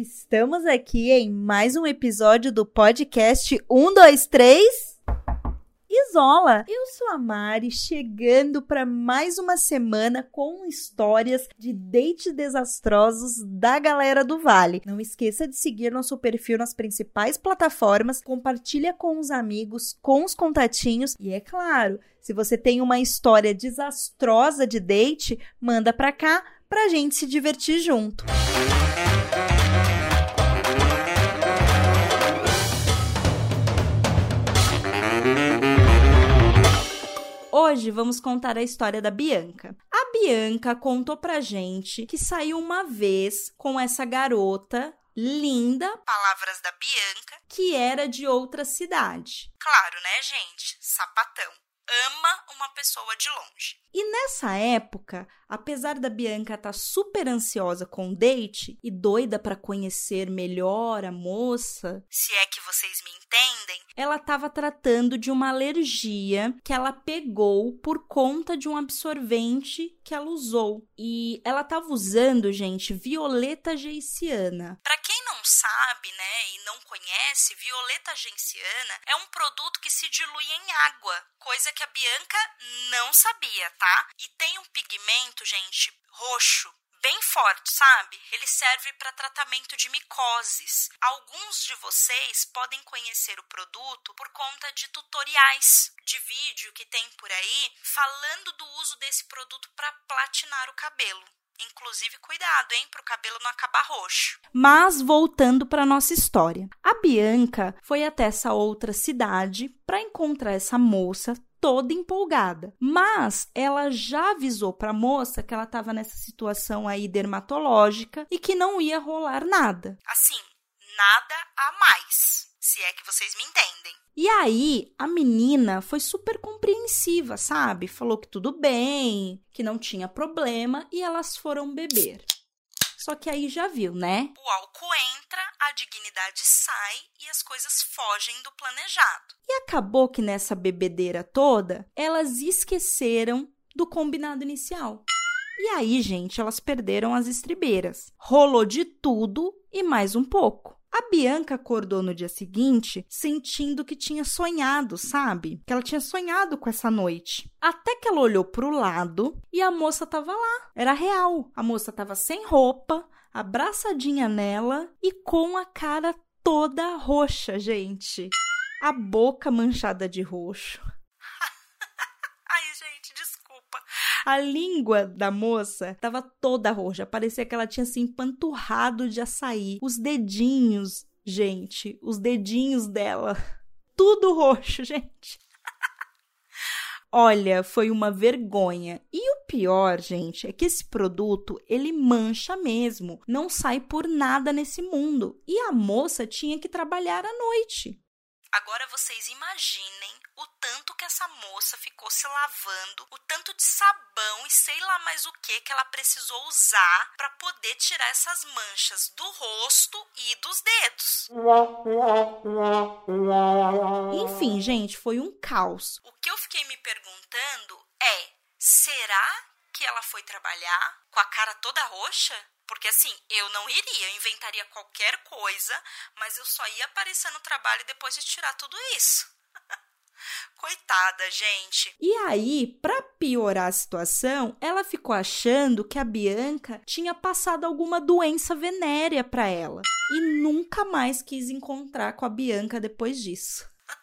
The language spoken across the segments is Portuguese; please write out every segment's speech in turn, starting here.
Estamos aqui em mais um episódio do podcast 123 Isola. Eu sou a Mari, chegando para mais uma semana com histórias de dates desastrosos da galera do Vale. Não esqueça de seguir nosso perfil nas principais plataformas, compartilha com os amigos, com os contatinhos e, é claro, se você tem uma história desastrosa de date, manda pra cá pra gente se divertir junto. Hoje vamos contar a história da Bianca. A Bianca contou pra gente que saiu uma vez com essa garota linda, palavras da Bianca, que era de outra cidade. Claro, né, gente? Sapatão. Ama uma pessoa de longe. E nessa época, apesar da Bianca estar super ansiosa com o date e doida para conhecer melhor a moça, se é que vocês me entendem, ela estava tratando de uma alergia que ela pegou por conta de um absorvente que ela usou. E ela estava usando, gente, violeta genciana. Para quem não sabe, né, e não conhece, violeta genciana é um produto que se dilui em água, coisa que a Bianca não sabia, tá? E tem um pigmento, gente, roxo, bem forte, sabe? Ele serve para tratamento de micoses. Alguns de vocês podem conhecer o produto por conta de tutoriais de vídeo que tem por aí falando do uso desse produto para platinar o cabelo. Inclusive, cuidado, hein, para o cabelo não acabar roxo. Mas, voltando para nossa história. A Bianca foi até essa outra cidade para encontrar essa moça toda empolgada. Mas ela já avisou para a moça que ela estava nessa situação aí dermatológica e que não ia rolar nada. Assim, nada a mais, se é que vocês me entendem. E aí, a menina foi super compreensiva, sabe? Falou que tudo bem, que não tinha problema e elas foram beber. Só que aí já viu, né? O álcool entra, a dignidade sai e as coisas fogem do planejado. E acabou que nessa bebedeira toda, elas esqueceram do combinado inicial. E aí, gente, elas perderam as estribeiras. Rolou de tudo e mais um pouco. A Bianca acordou no dia seguinte sentindo que tinha sonhado, sabe? Que ela tinha sonhado com essa noite. Até que ela olhou pro lado e a moça estava lá. Era real. A moça estava sem roupa, abraçadinha nela e com a cara toda roxa, gente. A boca manchada de roxo. Ai, gente, desculpa. A língua da moça estava toda roxa. Parecia que ela tinha se empanturrado de açaí. Os dedinhos, gente, os dedinhos dela, tudo roxo, gente. Olha, foi uma vergonha. E o pior, gente, é que esse produto, ele mancha mesmo. Não sai por nada nesse mundo. E a moça tinha que trabalhar à noite. Agora vocês imaginem o tanto que essa moça ficou se lavando, o tanto de sabão e sei lá mais o que ela precisou usar para poder tirar essas manchas do rosto e dos dedos. Enfim, gente, foi um caos. O que eu fiquei me perguntando é, será que ela foi trabalhar com a cara toda roxa? Porque assim, eu não iria, eu inventaria qualquer coisa, mas eu só ia aparecer no trabalho depois de tirar tudo isso. Coitada, gente. E aí, pra piorar a situação, ela ficou achando que a Bianca tinha passado alguma doença venérea pra ela. E nunca mais quis encontrar com a Bianca depois disso.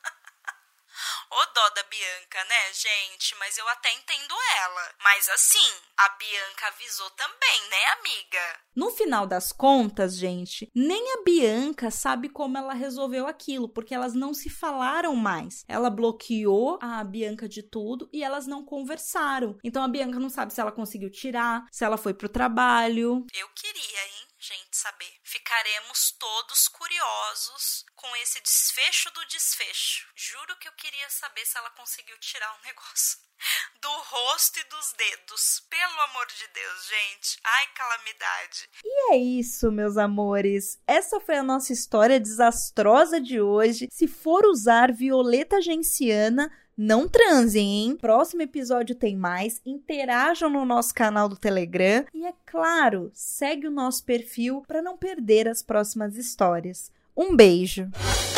Ô dó da Bianca, né, gente? Mas eu até entendo ela. Mas assim, a Bianca avisou também, né, amiga? No final das contas, gente, nem a Bianca sabe como ela resolveu aquilo, porque elas não se falaram mais. Ela bloqueou a Bianca de tudo e elas não conversaram. Então a Bianca não sabe se ela conseguiu tirar, se ela foi pro trabalho. Eu queria, hein? Gente, saber. Ficaremos todos curiosos com esse desfecho do desfecho. Juro que eu queria saber se ela conseguiu tirar o negócio do rosto e dos dedos. Pelo amor de Deus, gente. Ai, calamidade. E é isso, meus amores. Essa foi a nossa história desastrosa de hoje. Se for usar violeta genciana, Não transem, hein? Próximo episódio tem mais. Interajam no nosso canal do Telegram. E é claro, segue o nosso perfil para não perder as próximas histórias. Um beijo!